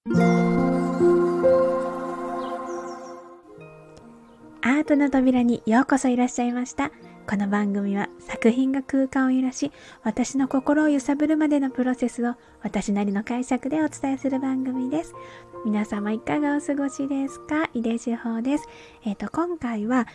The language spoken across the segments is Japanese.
アートの扉にようこそいらっしゃいました。この番組は作品が空間を揺らし、私の心を揺さぶるまでのプロセスを私なりの解釈でお伝えする番組です。皆様いかがお過ごしですか？井出志保です。今回は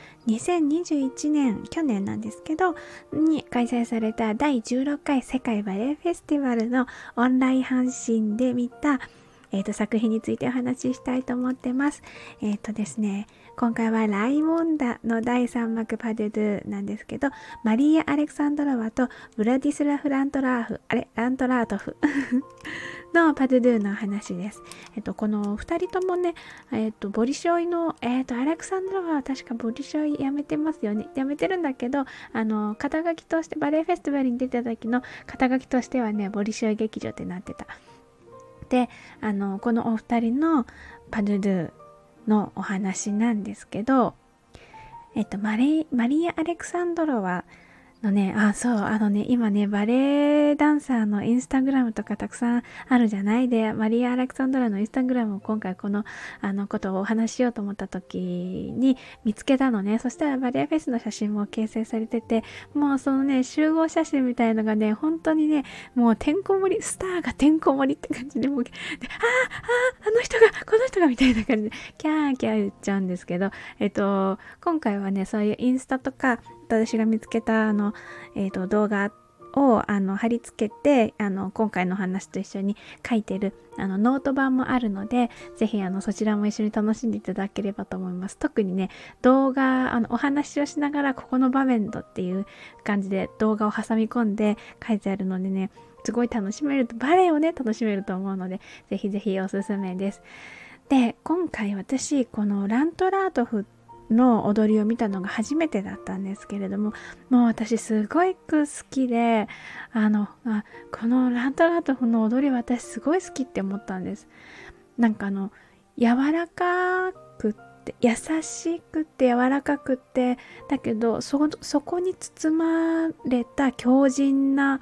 2021年、去年なんですけど、に開催された第16回世界バレエフェスティバルのオンライン配信で見た作品についてお話ししたいと思ってます。ですね、今回はライモンダの第3幕パデュドゥなんですけど、マリーア・アレクサンドロワとブラディスラフ・ラントラートフのパデュドゥの話です。この2人ともね、ボリショイの、アレクサンドロワは確かボリショイやめてますよね。やめてるんだけど、肩書きとしてバレエフェスティバルに出た時の肩書きとしてはね、ボリショイ劇場ってなってた。で、このお二人のパドゥドゥのお話なんですけど、マリア・アレクサンドロワのね、今ね、バレエダンサーのインスタグラムとかたくさんあるじゃないで、マリア・アレクサンドラのインスタグラムを今回この、ことをお話ししようと思った時に見つけたのね。そしたらバレエフェスの写真も掲載されてて、もうそのね、集合写真みたいのがね、本当にね、もうてんこ盛り、スターがてんこ盛りって感じで、もう、あの人が、この人がみたいな感じで、キャーキャー言っちゃうんですけど、今回はね、そういうインスタとか、私が見つけた動画を貼り付けて今回の話と一緒に書いてるノート版もあるので、ぜひそちらも一緒に楽しんでいただければと思います。特にね、動画お話をしながらここの場面とっていう感じで動画を挟み込んで書いてあるのでね、すごい楽しめると、バレエをね楽しめると思うので、ぜひぜひおすすめです。で、今回私このラントラートフの踊りを見たのが初めてだったんですけれども、もう私すごい好きで、このラントラートフの踊り私すごい好きって思ったんです。なんか柔らかくって優しくって柔らかくって、だけどそこに包まれた強靭な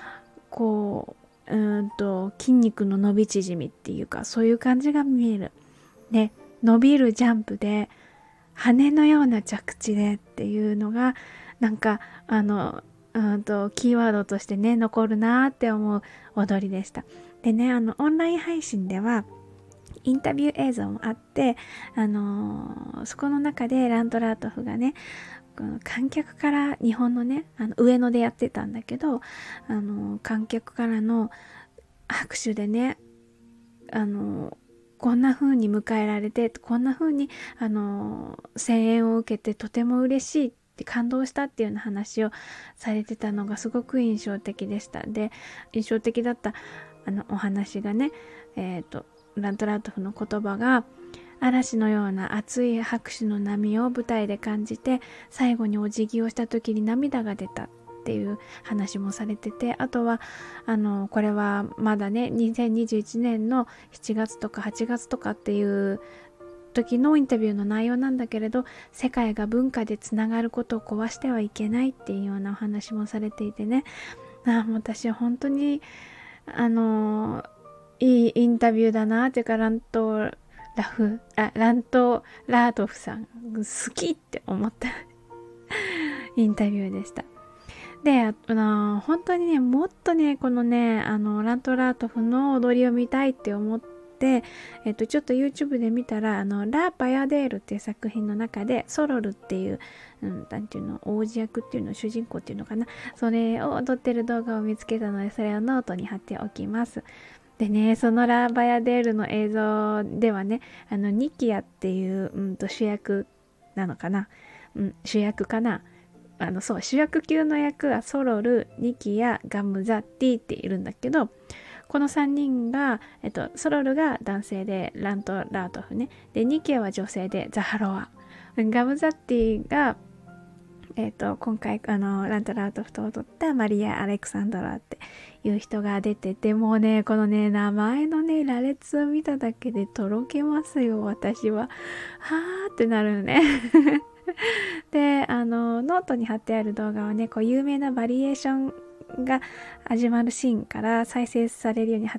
筋肉の伸び縮みっていうか、そういう感じが見える。で、伸びるジャンプで羽のような着地でっていうのがなんかキーワードとしてね残るなーって思う踊りでした。でね、オンライン配信ではインタビュー映像もあって、そこの中でラントラートフがね、観客から日本のね上野でやってたんだけど、観客からの拍手でね、こんな風に迎えられて、こんな風に声援を受けてとても嬉しいって感動したっていうような話をされてたのがすごく印象的でした。で、印象的だったお話がね、ラントラートフの言葉が、嵐のような熱い拍手の波を舞台で感じて、最後にお辞儀をした時に涙が出たっていう話もされてて、あとはこれはまだね2021年の7月とか8月とかっていう時のインタビューの内容なんだけれど、世界が文化でつながることを壊してはいけないっていうようなお話もされていてね、もう私は本当にいいインタビューだなっていうか、ラントラートフさん好きって思ったインタビューでした。で、本当にね、もっとね、このね、ラントラートフの踊りを見たいって思って、ちょっと YouTube で見たら、ラ・バヤデールっていう作品の中で、ソロルっていう、なんていうの、王子役っていうの、主人公っていうのかな、それを踊ってる動画を見つけたので、それをノートに貼っておきます。でね、そのラ・バヤデールの映像ではね、ニキアっていう、主役なのかな、主役かな、そう、主役級の役はソロル、ニキヤ、ガムザ、ティっているんだけど、この3人が、ソロルが男性でラントラートフね、でニキヤは女性でザハロワ、ガムザッティが今回ラントラートフと踊ったマリア・アレクサンドラっていう人が出てて、もうねこのね名前のね羅列を見ただけでとろけますよ、私は。はーってなるよねでノートに貼ってある動画はね、こう有名なバリエーションが始まるシーンから再生されるように貼って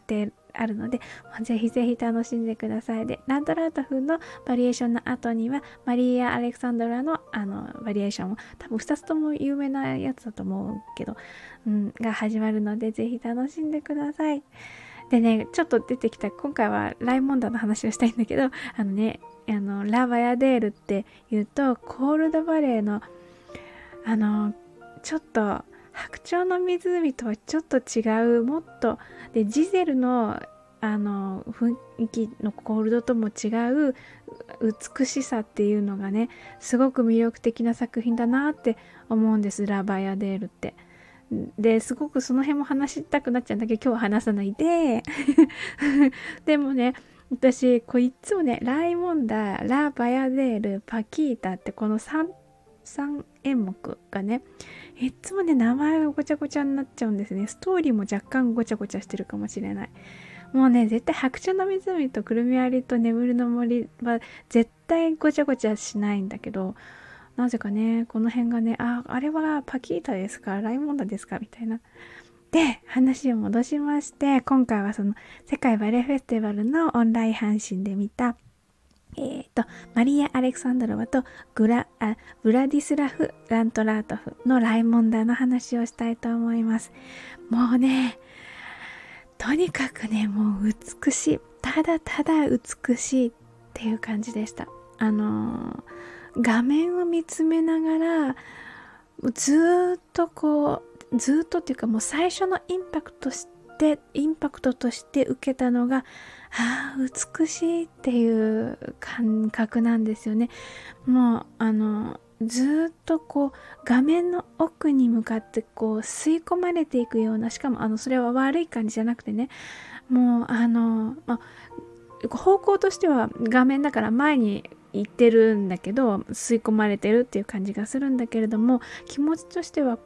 あるので、ぜひぜひ楽しんでください。で、ラントラート風のバリエーションの後にはマリア・アレクサンドラのバリエーションも多分2つとも有名なやつだと思うけど、が始まるので、ぜひ楽しんでください。でね、ちょっと出てきた、今回はライモンダの話をしたいんだけど、ラ・バヤデールっていうと、コールドバレーのちょっと白鳥の湖とはちょっと違う、もっとでジゼルの雰囲気のコールドとも違う美しさっていうのがね、すごく魅力的な作品だなって思うんです、ラ・バヤデールって。ですごくその辺も話したくなっちゃうんだけど、今日は話さないででもね、私いつもね、ライモンダ、ラ・バヤデール、パキータってこの3演目がね、いつもね、名前がごちゃごちゃになっちゃうんですね。ストーリーも若干ごちゃごちゃしてるかもしれない。もうね、絶対白鳥の湖とくるみ割りと眠るの森は絶対ごちゃごちゃしないんだけど、なぜかね、この辺がね、あれはパキータですか、ライモンダですかみたいな。で、話を戻しまして、今回はその世界バレエフェスティバルのオンライン配信で見たマリア・アレクサンドロワとブラディスラフ・ラントラートフのライモンダの話をしたいと思います。もうね、とにかくね、もう美しい、ただただ美しいっていう感じでした。画面を見つめながらずっとっていうか、もう最初のインパクトとして受けたのが、美しいっていう感覚なんですよね。もうずっと画面の奥に向かって吸い込まれていくような、しかもそれは悪い感じじゃなくてね、もう方向としては画面だから前に行ってるんだけど、吸い込まれてるっていう感じがするんだけれども、気持ちとしては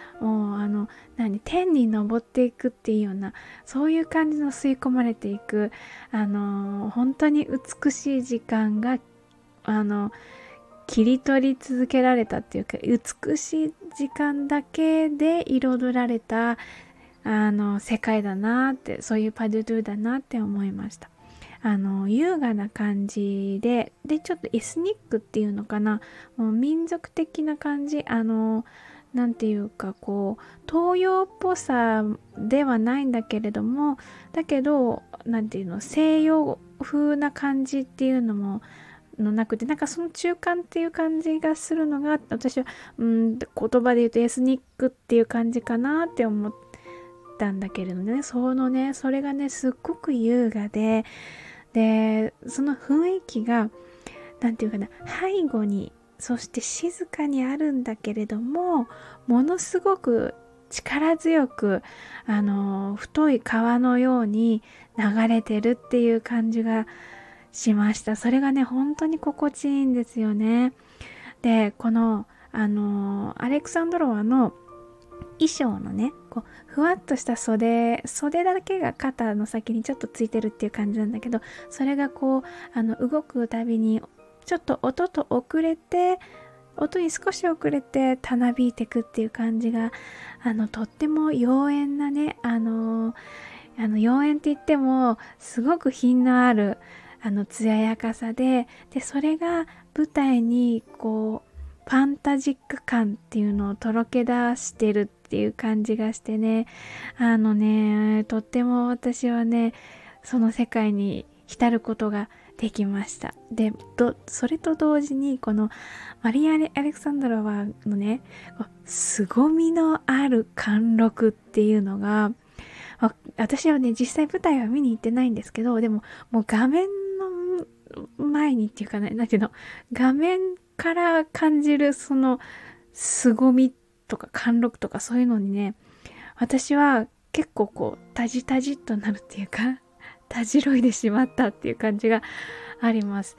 天に昇っていくっていうような、そういう感じの吸い込まれていく本当に美しい時間が切り取り続けられたっていうか、美しい時間だけで彩られた世界だなって、そういうパデュドゥだなって思いました。優雅な感じでちょっとエスニックっていうのかな、もう民族的な感じ、なんていうか東洋っぽさではないんだけれども、だけどなんていうの、西洋風な感じっていうのもなくて、なんかその中間っていう感じがするのが、私は言葉で言うとエスニックっていう感じかなって思ったんだけれどね、それがね、すっごく優雅で、その雰囲気がなんていうかな、背後にそして静かにあるんだけれども、ものすごく力強く太い川のように流れてるっていう感じがしました。それがね、本当に心地いいんですよね。で、このアレクサンドロワの衣装のね、ふわっとした袖だけが肩の先にちょっとついてるっていう感じなんだけど、それが動くたびにちょっと音に少し遅れてたなびいてくっていう感じがとっても妖艶なね、妖艶って言ってもすごく品のある艶やかさで、それが舞台にファンタジック感っていうのをとろけ出してるっていう感じがしてね、とっても私はね、その世界に浸ることができました。で、それと同時にこのマリア・アレクサンドロワのね、凄みのある貫禄っていうのが、私はね、実際舞台は見に行ってないんですけど、でももう画面の前にっていうかね、なんていうの、画面から感じるその凄みとか貫禄とか、そういうのにね、私は結構タジタジっとなるっていうか、たじろいでしまったっていう感じがあります。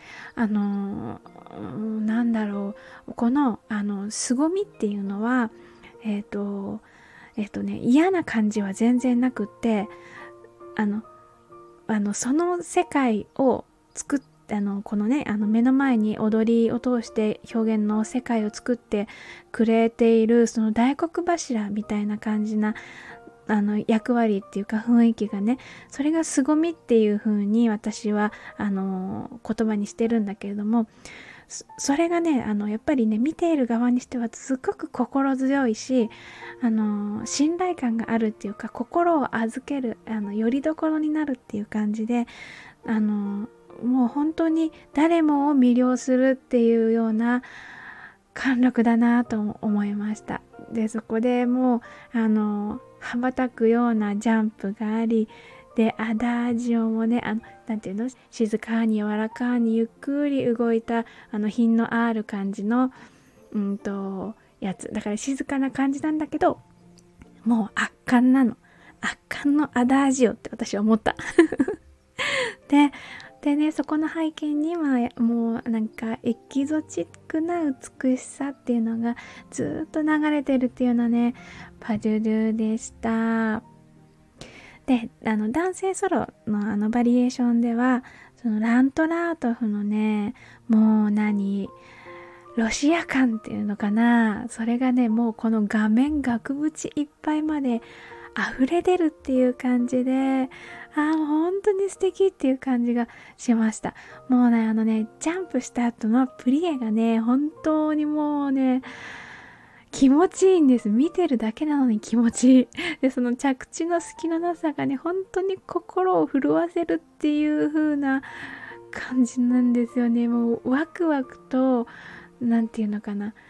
なんだろう、この凄みっていうのは嫌な感じは全然なくって、その世界を作ってこのね、目の前に踊りを通して表現の世界を作ってくれているその大黒柱みたいな感じな役割っていうか雰囲気がね、それが凄みっていう風に私は言葉にしてるんだけれども、それがねやっぱりね見ている側にしてはすごく心強いし、信頼感があるっていうか、心を預ける拠り所になるっていう感じで、もう本当に誰もを魅了するっていうような貫禄だなと思いました。でそこでもう羽ばたくようなジャンプがあり、でアダジオもねなんていうの、静かに柔らかにゆっくり動いた品のある感じのやつだから、静かな感じなんだけどもう圧巻なの、圧巻のアダジオって私は思ったでね、そこの背景にはもうなんかエキゾチックな美しさっていうのがずっと流れてるっていうのはね、パドゥドゥでした。で男性ソロのバリエーションでは、そのラントラートフのね、もうロシア感っていうのかな、それがねもうこの画面額縁いっぱいまで溢れ出るっていう感じで、本当に素敵っていう感じがしました。もうねジャンプした後のプリエがね本当にもうね気持ちいいんです。見てるだけなのに気持ちいい。でその着地の隙のなさがね本当に心を震わせるっていう風な感じなんですよね。もうワクワクとなんていうのかな、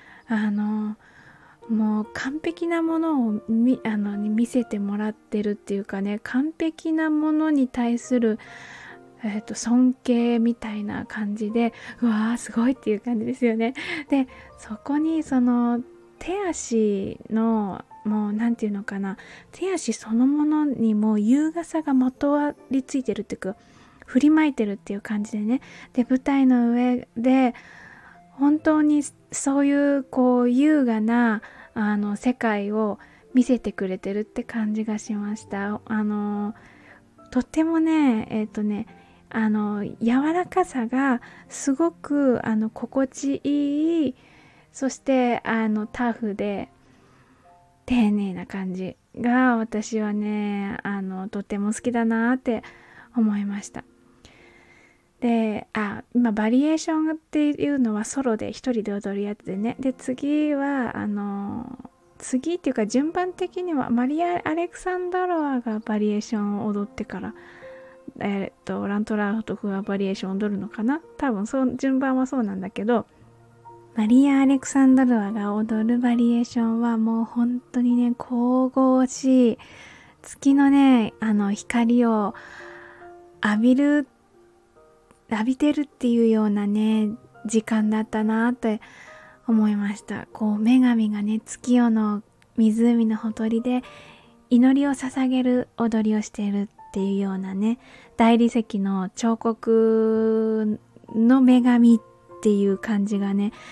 もう完璧なものを見せてもらってるっていうかね、完璧なものに対する、尊敬みたいな感じで、うわーすごいっていう感じですよね。でそこにその手足のもうなんていうのかな、手足そのものにも優雅さがまとわりついてるっていうか、振りまいてるっていう感じでね、で舞台の上で本当にそういう優雅な世界を見せてくれてるって感じがしました。とってもね柔らかさがすごく心地いい、そしてタフで丁寧な感じが私はねとっても好きだなって思いました。で今バリエーションっていうのはソロで一人で踊るやつでね、で次は次っていうか順番的にはマリア・アレクサンドロワがバリエーションを踊ってから、ラントラートフがバリエーションを踊るのかな、多分順番はそうなんだけど、マリア・アレクサンドロワが踊るバリエーションはもう本当にね神々しい、月のね光を浴びてるっていうようなね時間だったなって思いました。女神がね月夜の湖のほとりで祈りを捧げる踊りをしているっていうようなね、大理石の彫刻の女神っていう感じがね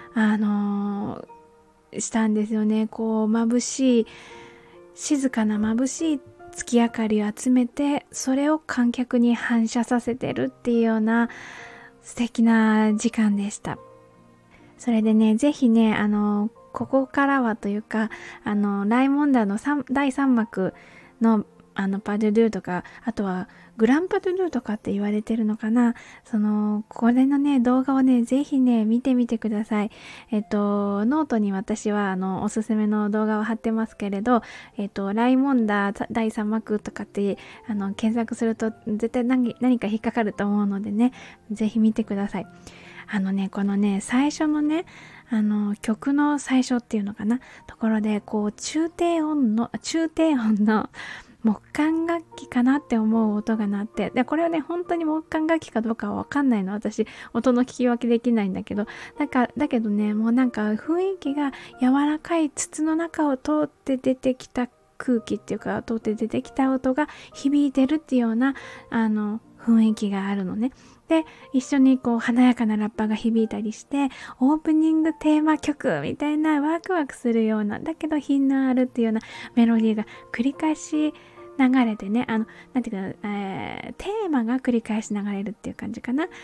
したんですよね。眩しい静かな眩しい月明かりを集めて、それを観客に反射させてるっていうような素敵な時間でした。それでねぜひねここからはというかライモンダの第3幕のパドゥドゥとか、あとはグランパドゥドゥとかって言われてるのかな、これのね動画をねぜひね見てみてください。ノートに私はおすすめの動画を貼ってますけれど、ライモンダ第3幕とかって検索すると絶対何か引っかかると思うのでね、ぜひ見てください。このね最初のね曲の最初っていうのかなところで中低音の木管楽器かなって思う音が鳴って、でこれはね本当に木管楽器かどうかは分かんないの、私音の聞き分けできないんだけど、だけどねもうなんか雰囲気が柔らかい筒の中を通って出てきた空気っていうか、通って出てきた音が響いてるっていうような雰囲気があるのね。で一緒に華やかなラッパが響いたりして、オープニングテーマ曲みたいなワクワクするような、だけど品のあるっていうようなメロディーが繰り返し流れてね、なんていうか、テーマが繰り返し流れるっていう感じかな。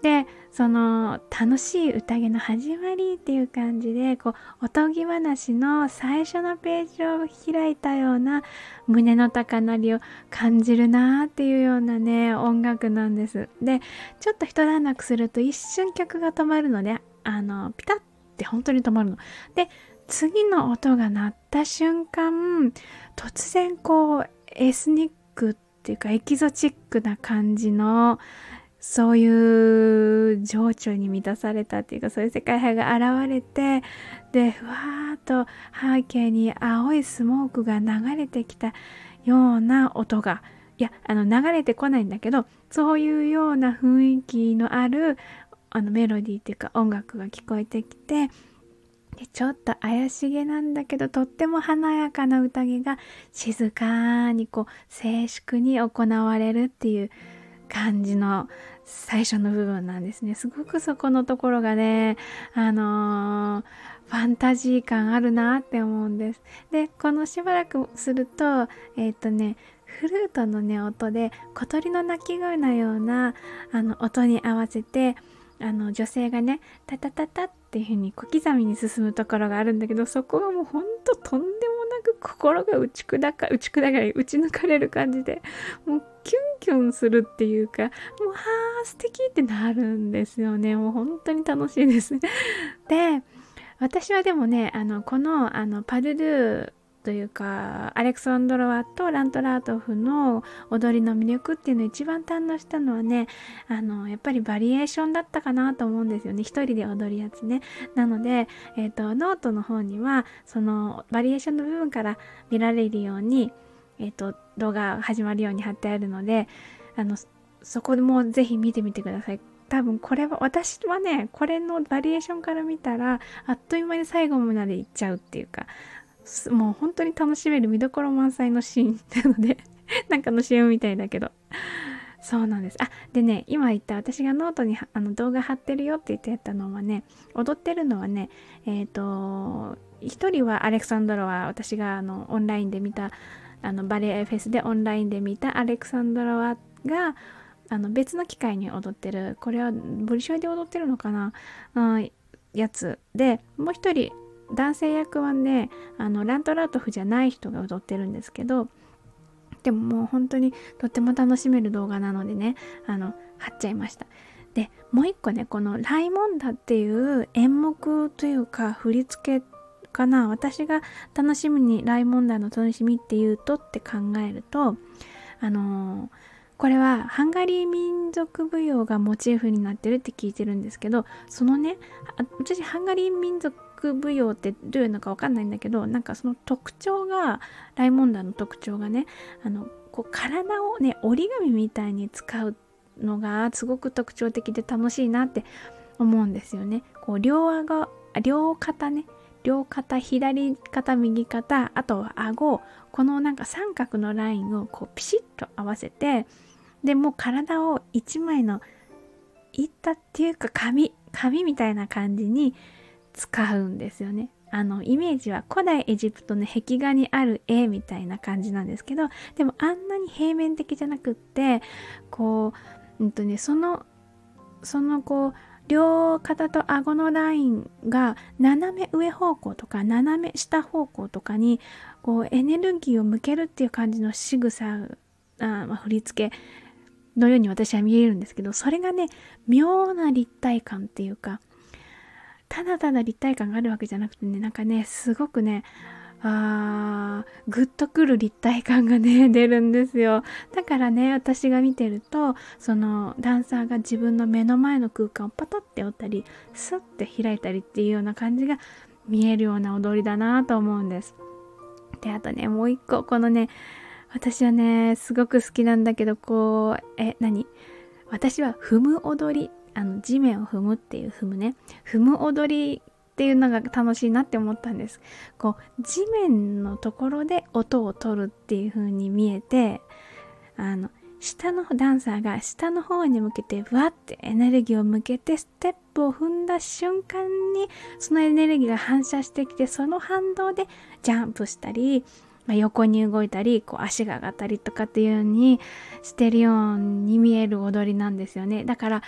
でその楽しい宴の始まりっていう感じでこうおとぎ話の最初のページを開いたような胸の高鳴りを感じるなっていうようなね音楽なんです。でちょっと一段落すると一瞬曲が止まるのでピタッて本当に止まるので、次の音が鳴った瞬間突然こうエスニックっていうかエキゾチックな感じのそういう情緒に満たされたっていうか、そういう世界観が現れて、でふわーっと背景に青いスモークが流れてきたような音が、いや流れてこないんだけど、そういうような雰囲気のあるメロディーっていうか音楽が聞こえてきて、でちょっと怪しげなんだけどとっても華やかな宴が静かにこう静粛に行われるっていう感じの最初の部分なんですね。すごくそこのところがね、ファンタジー感あるなって思うんです。でこのしばらくするとフルートのね音で小鳥の鳴き声のような音に合わせて女性がねタタタタっていう風に小刻みに進むところがあるんだけど、そこがもうほんととんでもなく心が打ち抜かれる感じで、もうキュンキュンするっていうか、もう素敵ってなるんですよね。もう本当に楽しいですで私はでもねこのパルルーというかアレクサンドロワとラントラートフの踊りの魅力っていうのを一番堪能したのはねやっぱりバリエーションだったかなと思うんですよね。一人で踊るやつね。なので、ノートの方にはそのバリエーションの部分から見られるように、動画始まるように貼ってあるのでそこでもぜひ見てみてください。多分これは私はねこれのバリエーションから見たらあっという間に最後までいっちゃうっていうか、もう本当に楽しめる見どころ満載のシーンなのでなんかの CM みたいだけど、そうなんです。でね、今言った私がノートに動画貼ってるよって言ってたのはね、踊ってるのはね一人はアレクサンドロワ、私がオンラインで見たバレエフェスでオンラインで見たアレクサンドロワが別の機会に踊ってる、これはボリショイで踊ってるのかな、やつで、もう一人男性役はねラントラートフじゃない人が踊ってるんですけど、でももう本当にとっても楽しめる動画なのでね貼っちゃいました。でもう一個ね、このライモンダっていう演目というか振り付けかな、私が楽しみにライモンダの楽しみっていうとって考えるとこれはハンガリー民族舞踊がモチーフになってるって聞いてるんですけど、そのね私ハンガリー民族舞踊ってどういうのかわかんないんだけど、なんかその特徴がライモンダの特徴がねこう体をね折り紙みたいに使うのがすごく特徴的で楽しいなって思うんですよね。こう両肩ね、両肩、左肩、右肩、あとは顎、このなんか三角のラインをこうピシッと合わせて、でもう体を一枚の板っていうか紙みたいな感じに使うんですよね。イメージは古代エジプトの壁画にある絵みたいな感じなんですけど、でもあんなに平面的じゃなくって、こうそのこう両肩と顎のラインが斜め上方向とか斜め下方向とかにこうエネルギーを向けるっていう感じの仕草、振り付けのように私は見えるんですけど、それがね妙な立体感っていうか、ただただ立体感があるわけじゃなくてね、なんかねすごくねグッとくる立体感がね出るんですよ。だからね私が見てるとそのダンサーが自分の目の前の空間をパタって折ったりスッて開いたりっていうような感じが見えるような踊りだなと思うんです。であとねもう一個、このね私はねすごく好きなんだけど、こう私は踏む踊り、地面を踏むっていう踏むね、踏む踊りっていうのが楽しいなって思ったんです。こう地面のところで音を取るっていう風に見えて、下のダンサーが下の方に向けてわってエネルギーを向けてステップを踏んだ瞬間にそのエネルギーが反射してきて、その反動でジャンプしたり、横に動いたりこう足が上がったりとかっていう風にしてるように見える踊りなんですよね。だから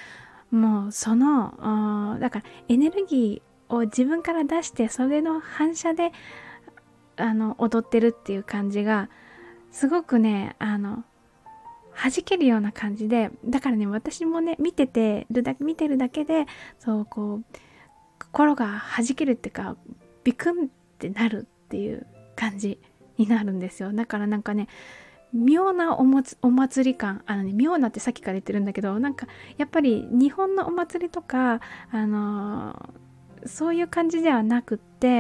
もうだからエネルギーを自分から出して、それの反射で踊ってるっていう感じがすごくね弾けるような感じで、だからね私もね見てるだけでそうこう心が弾けるっていうか、ビクンってなるっていう感じになるんですよ。だからなんかね妙なお祭り感、妙なってさっきから言ってるんだけど、なんかやっぱり日本のお祭りとかそういう感じではなくって、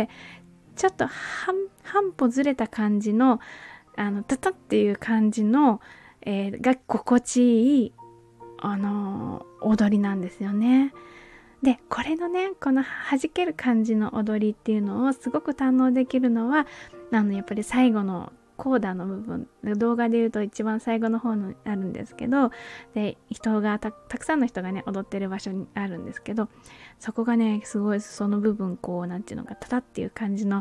ちょっと半歩ずれた感じのタタっていう感じの、が心地いい踊りなんですよね。でこれのねこの弾ける感じの踊りっていうのをすごく堪能できるのはやっぱり最後のコーダの部分、動画で言うと一番最後の方にあるんですけど、で人がたくさんの人がね踊ってる場所にあるんですけど、そこがねすごいその部分こうなんていうのかタタっていう感じの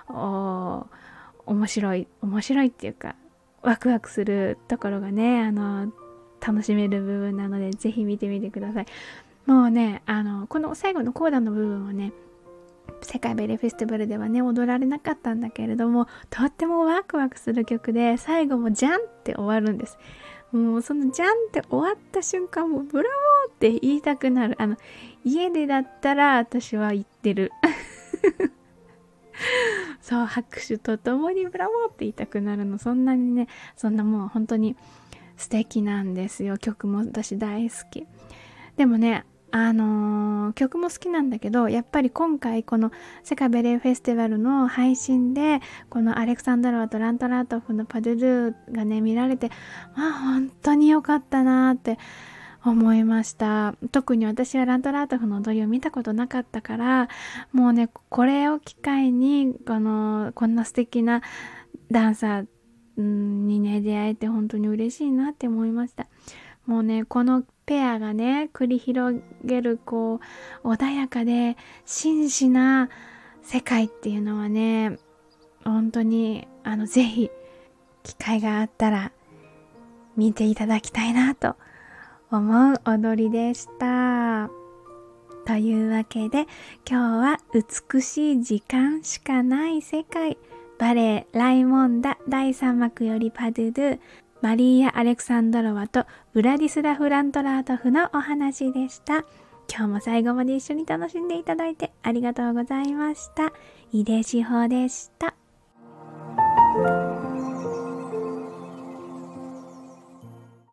面白いっていうかワクワクするところがね楽しめる部分なので、ぜひ見てみてください。もうねこの最後のコーダの部分はね世界ベレーフェスティバルではね踊られなかったんだけれども、とってもワクワクする曲で、最後もジャンって終わるんです。もうそのジャンって終わった瞬間もブラボーって言いたくなる。家でだったら私は言ってるそう拍手とともにブラボーって言いたくなるの。そんなもう本当に素敵なんですよ。曲も私大好き。でもね曲も好きなんだけど、やっぱり今回この世界ベレーフェスティバルの配信でこのアレクサンドロワとラントラートフのパドゥドゥがね見られて、本当に良かったなって思いました。特に私はラントラートフの踊りを見たことなかったから、もうねこれを機会にこんな素敵なダンサーにね出会えて本当に嬉しいなって思いました。もうねこのペアがね繰り広げるこう穏やかで真摯な世界っていうのはね、本当にぜひ機会があったら見ていただきたいなと思う踊りでした。というわけで今日は美しい時間しかない世界、バレエライモンダ第3幕よりパドゥドゥ、マリーア・アレクサンドロワとブラディスラフ・ラントラートフのお話でした。今日も最後まで一緒に楽しんでいただいてありがとうございました。井出志保でした。